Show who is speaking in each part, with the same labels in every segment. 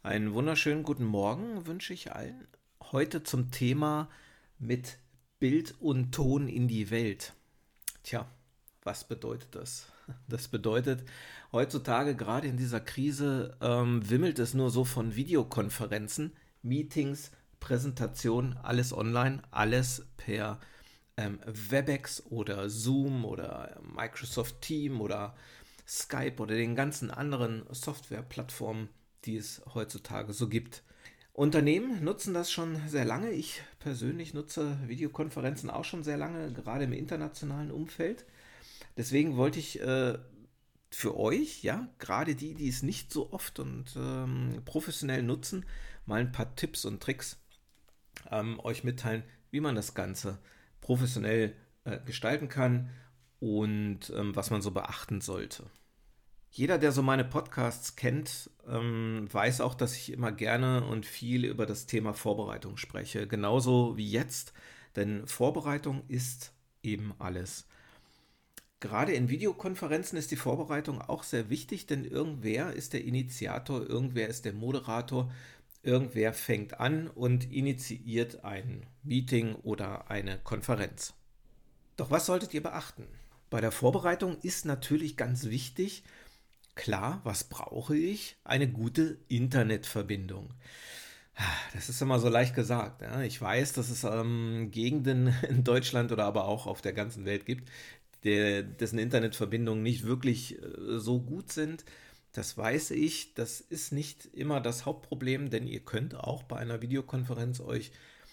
Speaker 1: Einen wunderschönen guten Morgen wünsche ich allen. Heute zum Thema mit Bild und Ton in die Welt. Tja, was bedeutet das? Das bedeutet, heutzutage gerade in dieser Krise wimmelt es nur so von Videokonferenzen, Meetings, Präsentationen, alles online, alles per WebEx oder Zoom oder Microsoft Team oder Skype oder den ganzen anderen Softwareplattformen, die es heutzutage so gibt. Unternehmen nutzen das schon sehr lange. Ich persönlich nutze Videokonferenzen auch schon sehr lange, gerade im internationalen Umfeld. Deswegen wollte ich für euch, ja, gerade die, die es nicht so oft und professionell nutzen, mal ein paar Tipps und Tricks euch mitteilen, wie man das Ganze professionell gestalten kann und was man so beachten sollte. Jeder, der so meine Podcasts kennt, weiß auch, dass ich immer gerne und viel über das Thema Vorbereitung spreche. Genauso wie jetzt, denn Vorbereitung ist eben alles. Gerade in Videokonferenzen ist die Vorbereitung auch sehr wichtig, denn irgendwer ist der Initiator, irgendwer ist der Moderator, irgendwer fängt an und initiiert ein Meeting oder eine Konferenz. Doch was solltet ihr beachten? Bei der Vorbereitung ist natürlich ganz wichtig, klar, was brauche ich? Eine gute Internetverbindung. Das ist immer so leicht gesagt. Ja. Ich weiß, dass es Gegenden in Deutschland oder aber auch auf der ganzen Welt gibt, dessen Internetverbindungen nicht wirklich so gut sind. Das weiß ich. Das ist nicht immer das Hauptproblem, denn ihr könnt auch bei einer Videokonferenz euch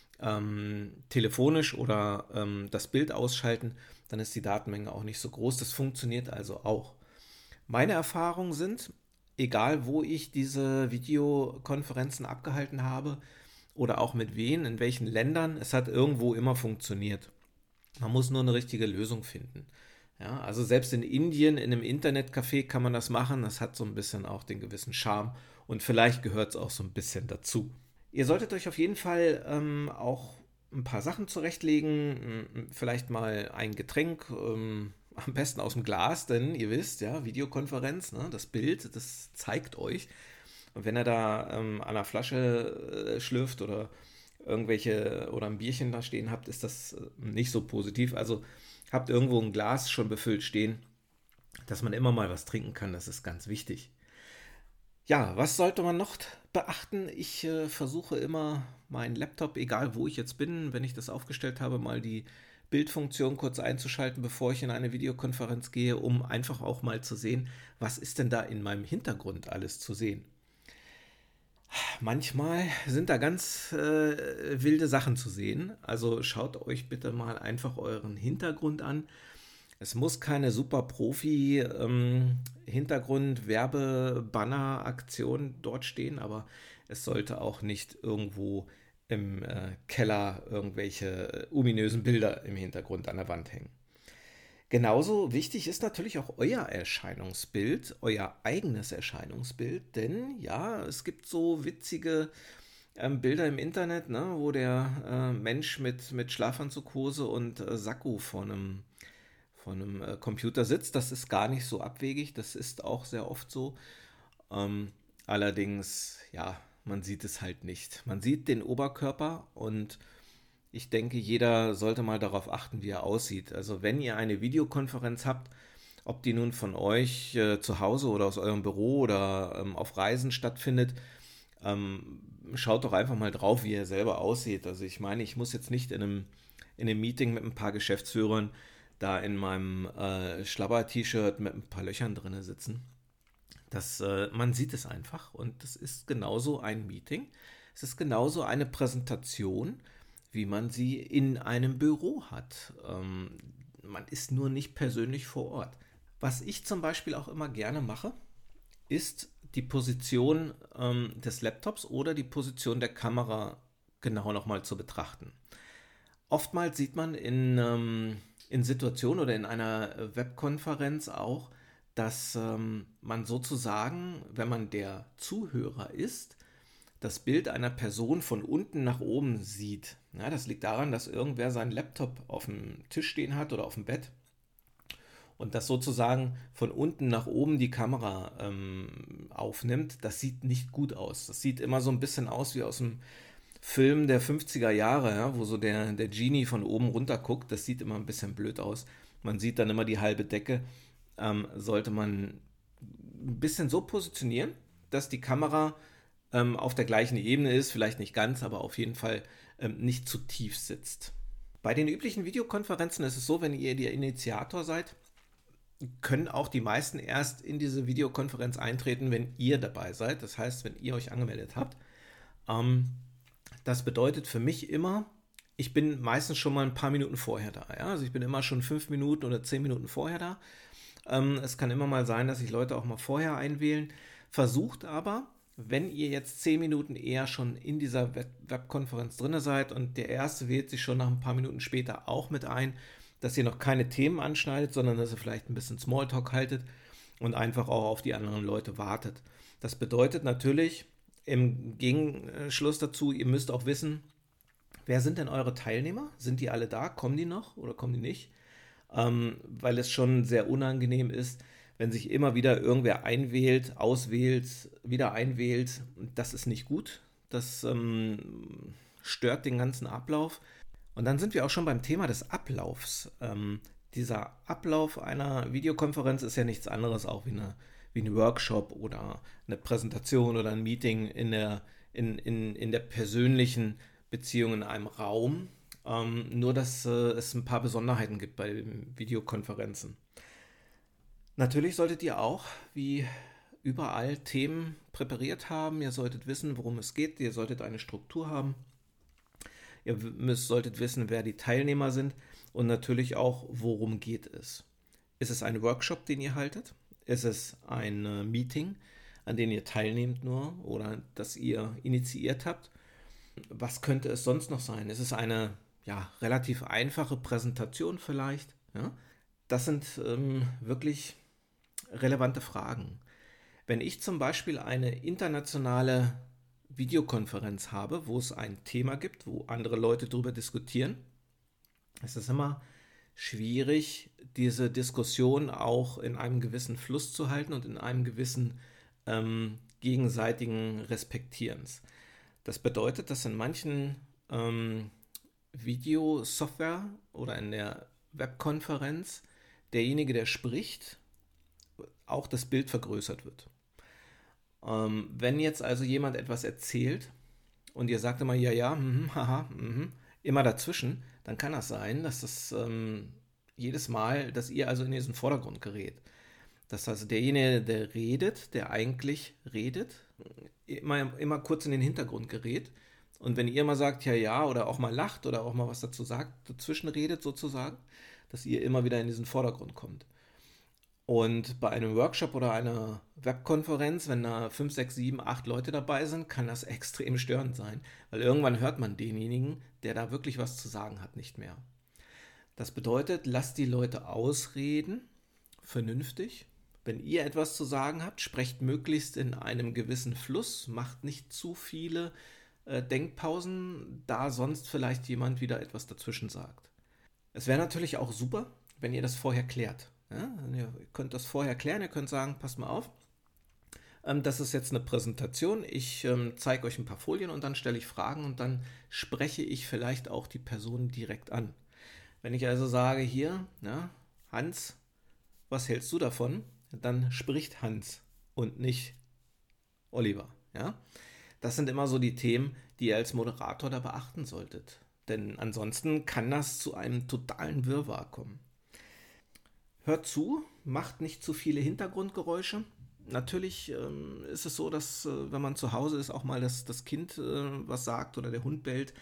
Speaker 1: telefonisch oder das Bild ausschalten. Dann ist die Datenmenge auch nicht so groß. Das funktioniert also auch. Meine Erfahrungen sind, egal wo ich diese Videokonferenzen abgehalten habe oder auch mit wen, in welchen Ländern, es hat irgendwo immer funktioniert. Man muss nur eine richtige Lösung finden. Ja, also selbst in Indien, in einem Internetcafé kann man das machen. Das hat so ein bisschen auch den gewissen Charme und vielleicht gehört es auch so ein bisschen dazu. Ihr solltet euch auf jeden Fall auch ein paar Sachen zurechtlegen, vielleicht mal ein Getränk, am besten aus dem Glas, denn ihr wisst, ja, Videokonferenz, ne, das Bild, das zeigt euch. Und wenn er da an der Flasche schlürft oder irgendwelche oder ein Bierchen da stehen habt, ist das nicht so positiv. Also habt irgendwo ein Glas schon befüllt stehen, dass man immer mal was trinken kann, das ist ganz wichtig. Ja, was sollte man noch beachten? Ich versuche immer meinen Laptop, egal wo ich jetzt bin, wenn ich das aufgestellt habe, mal die Bildfunktion kurz einzuschalten, bevor ich in eine Videokonferenz gehe, um einfach auch mal zu sehen, was ist denn da in meinem Hintergrund alles zu sehen. Manchmal sind da ganz wilde Sachen zu sehen, also schaut euch bitte mal einfach euren Hintergrund an. Es muss keine super Profi-Hintergrund-Werbe-Banner-Aktion dort stehen, aber es sollte auch nicht irgendwo im Keller irgendwelche ominösen Bilder im Hintergrund an der Wand hängen. Genauso wichtig ist natürlich auch euer Erscheinungsbild, euer eigenes Erscheinungsbild, denn ja, es gibt so witzige Bilder im Internet, ne, wo der Mensch mit Schlafanzughose und Sakko vor einem Computer sitzt. Das ist gar nicht so abwegig, das ist auch sehr oft so. Allerdings, ja, man sieht es halt nicht. Man sieht den Oberkörper und ich denke, jeder sollte mal darauf achten, wie er aussieht. Also wenn ihr eine Videokonferenz habt, ob die nun von euch zu Hause oder aus eurem Büro oder auf Reisen stattfindet, ähm, schaut doch einfach mal drauf, wie ihr selber aussieht. Also ich meine, ich muss jetzt nicht in einem Meeting mit ein paar Geschäftsführern da in meinem Schlabber-T-Shirt mit ein paar Löchern drin sitzen. Man sieht es einfach und das ist genauso ein Meeting. Es ist genauso eine Präsentation, wie man sie in einem Büro hat. Man ist nur nicht persönlich vor Ort. Was ich zum Beispiel auch immer gerne mache, ist die Position des Laptops oder die Position der Kamera genau nochmal zu betrachten. Oftmals sieht man in Situationen oder in einer Webkonferenz auch, dass man sozusagen, wenn man der Zuhörer ist, das Bild einer Person von unten nach oben sieht. Ja, das liegt daran, dass irgendwer seinen Laptop auf dem Tisch stehen hat oder auf dem Bett und das sozusagen von unten nach oben die Kamera aufnimmt, das sieht nicht gut aus. Das sieht immer so ein bisschen aus wie aus einem Film der 50er Jahre, ja, wo so der Genie von oben runter guckt. Das sieht immer ein bisschen blöd aus. Man sieht dann immer die halbe Decke. Sollte man ein bisschen so positionieren, dass die Kamera auf der gleichen Ebene ist, vielleicht nicht ganz, aber auf jeden Fall nicht zu tief sitzt. Bei den üblichen Videokonferenzen ist es so, wenn ihr der Initiator seid, können auch die meisten erst in diese Videokonferenz eintreten, wenn ihr dabei seid. Das heißt, wenn ihr euch angemeldet habt. Ähm, Das bedeutet für mich immer, ich bin meistens schon mal ein paar Minuten vorher da. Ja? Also ich bin immer schon 5 Minuten oder 10 Minuten vorher da. Es kann immer mal sein, dass sich Leute auch mal vorher einwählen. Versucht aber, wenn ihr jetzt 10 Minuten eher schon in dieser Webkonferenz drin seid und der Erste wählt sich schon nach ein paar Minuten später auch mit ein, dass ihr noch keine Themen anschneidet, sondern dass ihr vielleicht ein bisschen Smalltalk haltet und einfach auch auf die anderen Leute wartet. Das bedeutet natürlich im Gegenschluss dazu, ihr müsst auch wissen, wer sind denn eure Teilnehmer? Sind die alle da? Kommen die noch oder kommen die nicht? Weil es schon sehr unangenehm ist, wenn sich immer wieder irgendwer einwählt, auswählt, wieder einwählt. Das ist nicht gut. Das stört den ganzen Ablauf. Und dann sind wir auch schon beim Thema des Ablaufs. Dieser Ablauf einer Videokonferenz ist ja nichts anderes auch wie ein Workshop oder eine Präsentation oder ein Meeting in der persönlichen Beziehung in einem Raum. Nur, dass es ein paar Besonderheiten gibt bei den Videokonferenzen. Natürlich solltet ihr auch, wie überall, Themen präpariert haben. Ihr solltet wissen, worum es geht. Ihr solltet eine Struktur haben. Solltet wissen, wer die Teilnehmer sind und natürlich auch, worum geht es. Ist es ein Workshop, den ihr haltet? Ist es ein Meeting, an dem ihr teilnehmt nur oder das ihr initiiert habt? Was könnte es sonst noch sein? Ist es eine relativ einfache Präsentation vielleicht? Ja? Das sind wirklich relevante Fragen. Wenn ich zum Beispiel eine internationale Videokonferenz habe, wo es ein Thema gibt, wo andere Leute darüber diskutieren, ist es immer schwierig, diese Diskussion auch in einem gewissen Fluss zu halten und in einem gewissen gegenseitigen Respektierens. Das bedeutet, dass in manchen Videosoftware oder in der Webkonferenz derjenige, der spricht, auch das Bild vergrößert wird. Wenn jetzt also jemand etwas erzählt und ihr sagt immer ja, ja, haha, immer dazwischen, dann kann das sein, dass das jedes Mal, dass ihr also in diesen Vordergrund gerät. Dass also derjenige, der redet, der eigentlich redet, immer kurz in den Hintergrund gerät. Und wenn ihr immer sagt ja, ja, oder auch mal lacht oder auch mal was dazu sagt, dazwischen redet sozusagen, dass ihr immer wieder in diesen Vordergrund kommt. Und bei einem Workshop oder einer Webkonferenz, wenn da 5, 6, 7, 8 Leute dabei sind, kann das extrem störend sein, weil irgendwann hört man denjenigen, der da wirklich was zu sagen hat, nicht mehr. Das bedeutet, lasst die Leute ausreden, vernünftig. Wenn ihr etwas zu sagen habt, sprecht möglichst in einem gewissen Fluss, macht nicht zu viele Denkpausen, da sonst vielleicht jemand wieder etwas dazwischen sagt. Es wäre natürlich auch super, wenn ihr das vorher klärt. Ja, ihr könnt das vorher klären, ihr könnt sagen, passt mal auf, das ist jetzt eine Präsentation, ich zeige euch ein paar Folien und dann stelle ich Fragen und dann spreche ich vielleicht auch die Person direkt an. Wenn ich also sage, hier, ja, Hans, was hältst du davon? Dann spricht Hans und nicht Oliver. Ja? Das sind immer so die Themen, die ihr als Moderator da beachten solltet. Denn ansonsten kann das zu einem totalen Wirrwarr kommen. Hört zu, macht nicht zu viele Hintergrundgeräusche. Natürlich ist es so, dass wenn man zu Hause ist, auch mal das Kind was sagt oder der Hund bellt.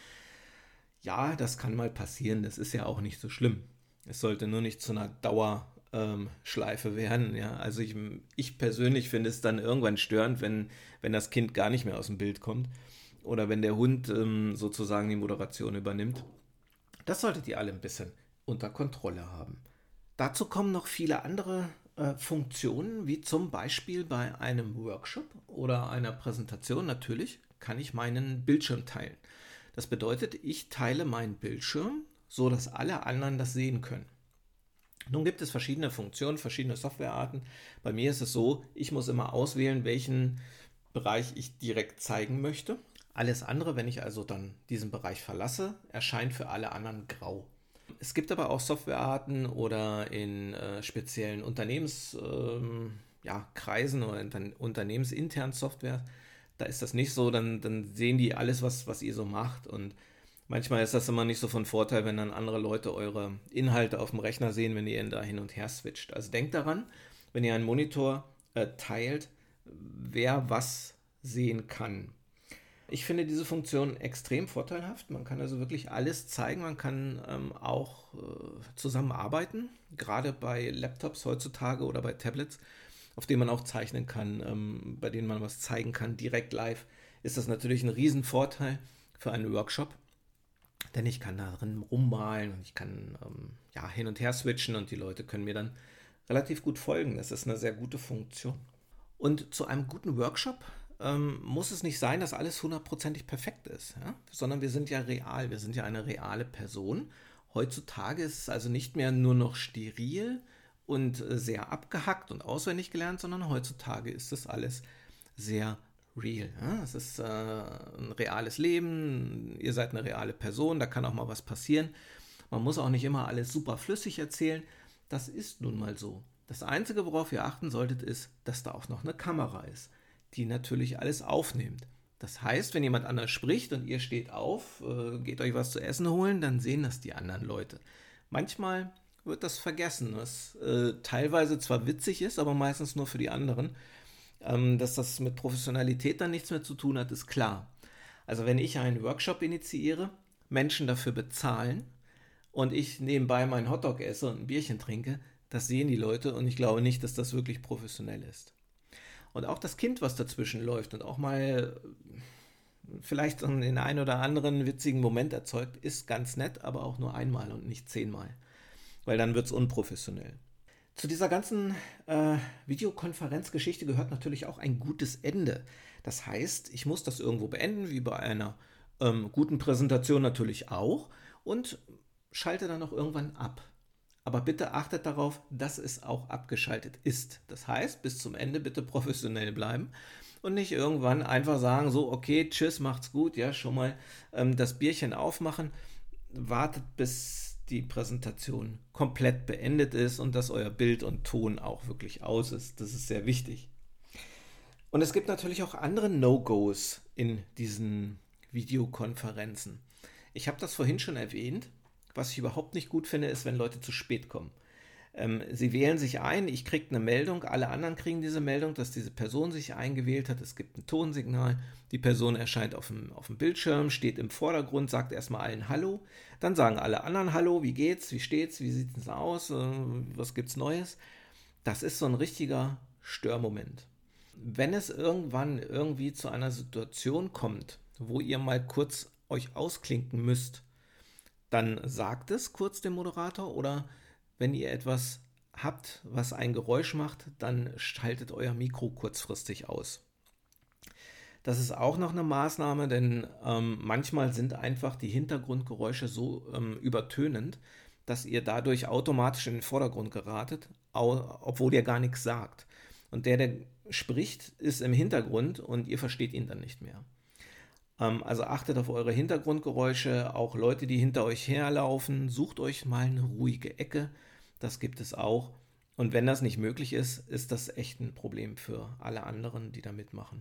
Speaker 1: Ja, das kann mal passieren, das ist ja auch nicht so schlimm. Es sollte nur nicht zu einer Dauerschleife werden. Ja? Also ich persönlich finde es dann irgendwann störend, wenn das Kind gar nicht mehr aus dem Bild kommt oder wenn der Hund sozusagen die Moderation übernimmt. Das solltet ihr alle ein bisschen unter Kontrolle haben. Dazu kommen noch viele andere Funktionen, wie zum Beispiel bei einem Workshop oder einer Präsentation. Natürlich kann ich meinen Bildschirm teilen. Das bedeutet, ich teile meinen Bildschirm, so dass alle anderen das sehen können. Nun gibt es verschiedene Funktionen, verschiedene Softwarearten. Bei mir ist es so, ich muss immer auswählen, welchen Bereich ich direkt zeigen möchte. Alles andere, wenn ich also dann diesen Bereich verlasse, erscheint für alle anderen grau. Es gibt aber auch Softwarearten oder in speziellen Kreisen oder unternehmensinternen Software, da ist das nicht so, dann sehen die alles, was ihr so macht. Und manchmal ist das immer nicht so von Vorteil, wenn dann andere Leute eure Inhalte auf dem Rechner sehen, wenn ihr ihn da hin und her switcht. Also denkt daran, wenn ihr einen Monitor teilt, wer was sehen kann. Ich finde diese Funktion extrem vorteilhaft. Man kann also wirklich alles zeigen. Man kann auch zusammenarbeiten, gerade bei Laptops heutzutage oder bei Tablets, auf denen man auch zeichnen kann, bei denen man was zeigen kann, direkt live, ist das natürlich ein Riesenvorteil für einen Workshop. Denn ich kann darin rummalen und ich kann hin und her switchen und die Leute können mir dann relativ gut folgen. Das ist eine sehr gute Funktion. Und zu einem guten Workshop muss es nicht sein, dass alles hundertprozentig perfekt ist, ja? Sondern wir sind ja real, wir sind ja eine reale Person. Heutzutage ist es also nicht mehr nur noch steril und sehr abgehackt und auswendig gelernt, sondern heutzutage ist das alles sehr real. Ja? Es ist ein reales Leben, ihr seid eine reale Person, da kann auch mal was passieren. Man muss auch nicht immer alles super flüssig erzählen. Das ist nun mal so. Das Einzige, worauf ihr achten solltet, ist, dass da auch noch eine Kamera ist, die natürlich alles aufnimmt. Das heißt, wenn jemand anders spricht und ihr steht auf, geht euch was zu essen holen, dann sehen das die anderen Leute. Manchmal wird das vergessen, was teilweise zwar witzig ist, aber meistens nur für die anderen. Dass das mit Professionalität dann nichts mehr zu tun hat, ist klar. Also wenn ich einen Workshop initiiere, Menschen dafür bezahlen und ich nebenbei meinen Hotdog esse und ein Bierchen trinke, das sehen die Leute und ich glaube nicht, dass das wirklich professionell ist. Und auch das Kind, was dazwischen läuft und auch mal vielleicht den einen oder anderen witzigen Moment erzeugt, ist ganz nett, aber auch nur einmal und nicht 10-mal, weil dann wird es unprofessionell. Zu dieser ganzen Videokonferenzgeschichte gehört natürlich auch ein gutes Ende. Das heißt, ich muss das irgendwo beenden, wie bei einer guten Präsentation natürlich auch, und schalte dann noch irgendwann ab. Aber bitte achtet darauf, dass es auch abgeschaltet ist. Das heißt, bis zum Ende bitte professionell bleiben und nicht irgendwann einfach sagen, so, okay, tschüss, macht's gut, ja, schon mal das Bierchen aufmachen. Wartet, bis die Präsentation komplett beendet ist und dass euer Bild und Ton auch wirklich aus ist. Das ist sehr wichtig. Und es gibt natürlich auch andere No-Gos in diesen Videokonferenzen. Ich habe das vorhin schon erwähnt. Was ich überhaupt nicht gut finde, ist, wenn Leute zu spät kommen. Sie wählen sich ein, ich kriege eine Meldung, alle anderen kriegen diese Meldung, dass diese Person sich eingewählt hat. Es gibt ein Tonsignal, die Person erscheint auf dem Bildschirm, steht im Vordergrund, sagt erstmal allen Hallo. Dann sagen alle anderen Hallo, wie geht's, wie steht's, wie sieht es aus, was gibt's Neues. Das ist so ein richtiger Störmoment. Wenn es irgendwann irgendwie zu einer Situation kommt, wo ihr mal kurz euch ausklinken müsst, dann sagt es kurz dem Moderator, oder wenn ihr etwas habt, was ein Geräusch macht, dann schaltet euer Mikro kurzfristig aus. Das ist auch noch eine Maßnahme, denn manchmal sind einfach die Hintergrundgeräusche so übertönend, dass ihr dadurch automatisch in den Vordergrund geratet, obwohl ihr gar nichts sagt. Und der spricht, ist im Hintergrund und ihr versteht ihn dann nicht mehr. Also achtet auf eure Hintergrundgeräusche, auch Leute, die hinter euch herlaufen, sucht euch mal eine ruhige Ecke, das gibt es auch. Und wenn das nicht möglich ist, ist das echt ein Problem für alle anderen, die da mitmachen.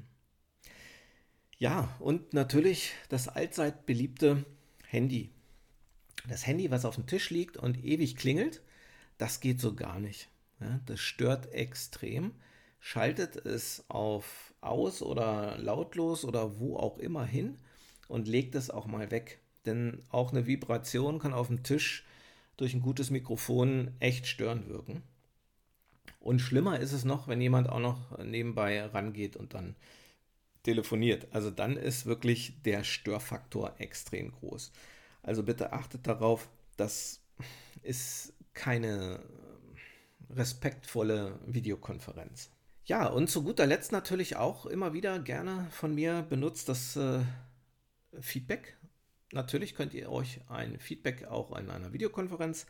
Speaker 1: Ja, und natürlich das allzeit beliebte Handy. Das Handy, was auf dem Tisch liegt und ewig klingelt, das geht so gar nicht. Ja, das stört extrem. Schaltet es auf aus oder lautlos oder wo auch immer hin und legt es auch mal weg. Denn auch eine Vibration kann auf dem Tisch durch ein gutes Mikrofon echt störend wirken. Und schlimmer ist es noch, wenn jemand auch noch nebenbei rangeht und dann telefoniert. Also dann ist wirklich der Störfaktor extrem groß. Also bitte achtet darauf, das ist keine respektvolle Videokonferenz. Ja, und zu guter Letzt natürlich auch immer wieder gerne von mir benutzt das Feedback. Natürlich könnt ihr euch ein Feedback auch in einer Videokonferenz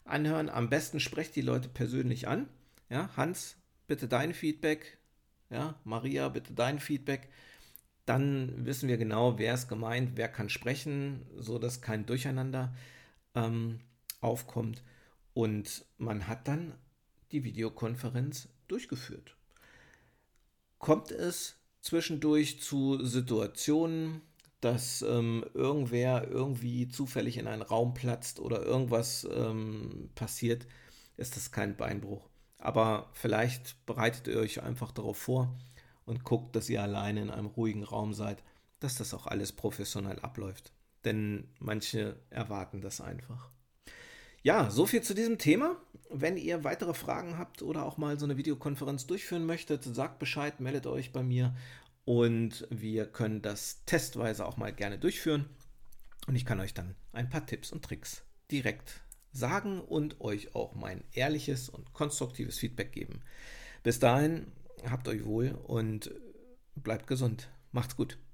Speaker 1: anhören. Am besten sprecht die Leute persönlich an. Ja, Hans, bitte dein Feedback. Ja, Maria, bitte dein Feedback. Dann wissen wir genau, wer ist gemeint, wer kann sprechen, so dass kein Durcheinander aufkommt. Und man hat dann die Videokonferenz durchgeführt. Kommt es zwischendurch zu Situationen, dass irgendwer irgendwie zufällig in einen Raum platzt oder irgendwas passiert, ist das kein Beinbruch. Aber vielleicht bereitet ihr euch einfach darauf vor und guckt, dass ihr alleine in einem ruhigen Raum seid, dass das auch alles professionell abläuft. Denn manche erwarten das einfach. Ja, so viel zu diesem Thema. Wenn ihr weitere Fragen habt oder auch mal so eine Videokonferenz durchführen möchtet, sagt Bescheid, meldet euch bei mir und wir können das testweise auch mal gerne durchführen. Und ich kann euch dann ein paar Tipps und Tricks direkt sagen und euch auch mein ehrliches und konstruktives Feedback geben. Bis dahin, habt euch wohl und bleibt gesund. Macht's gut.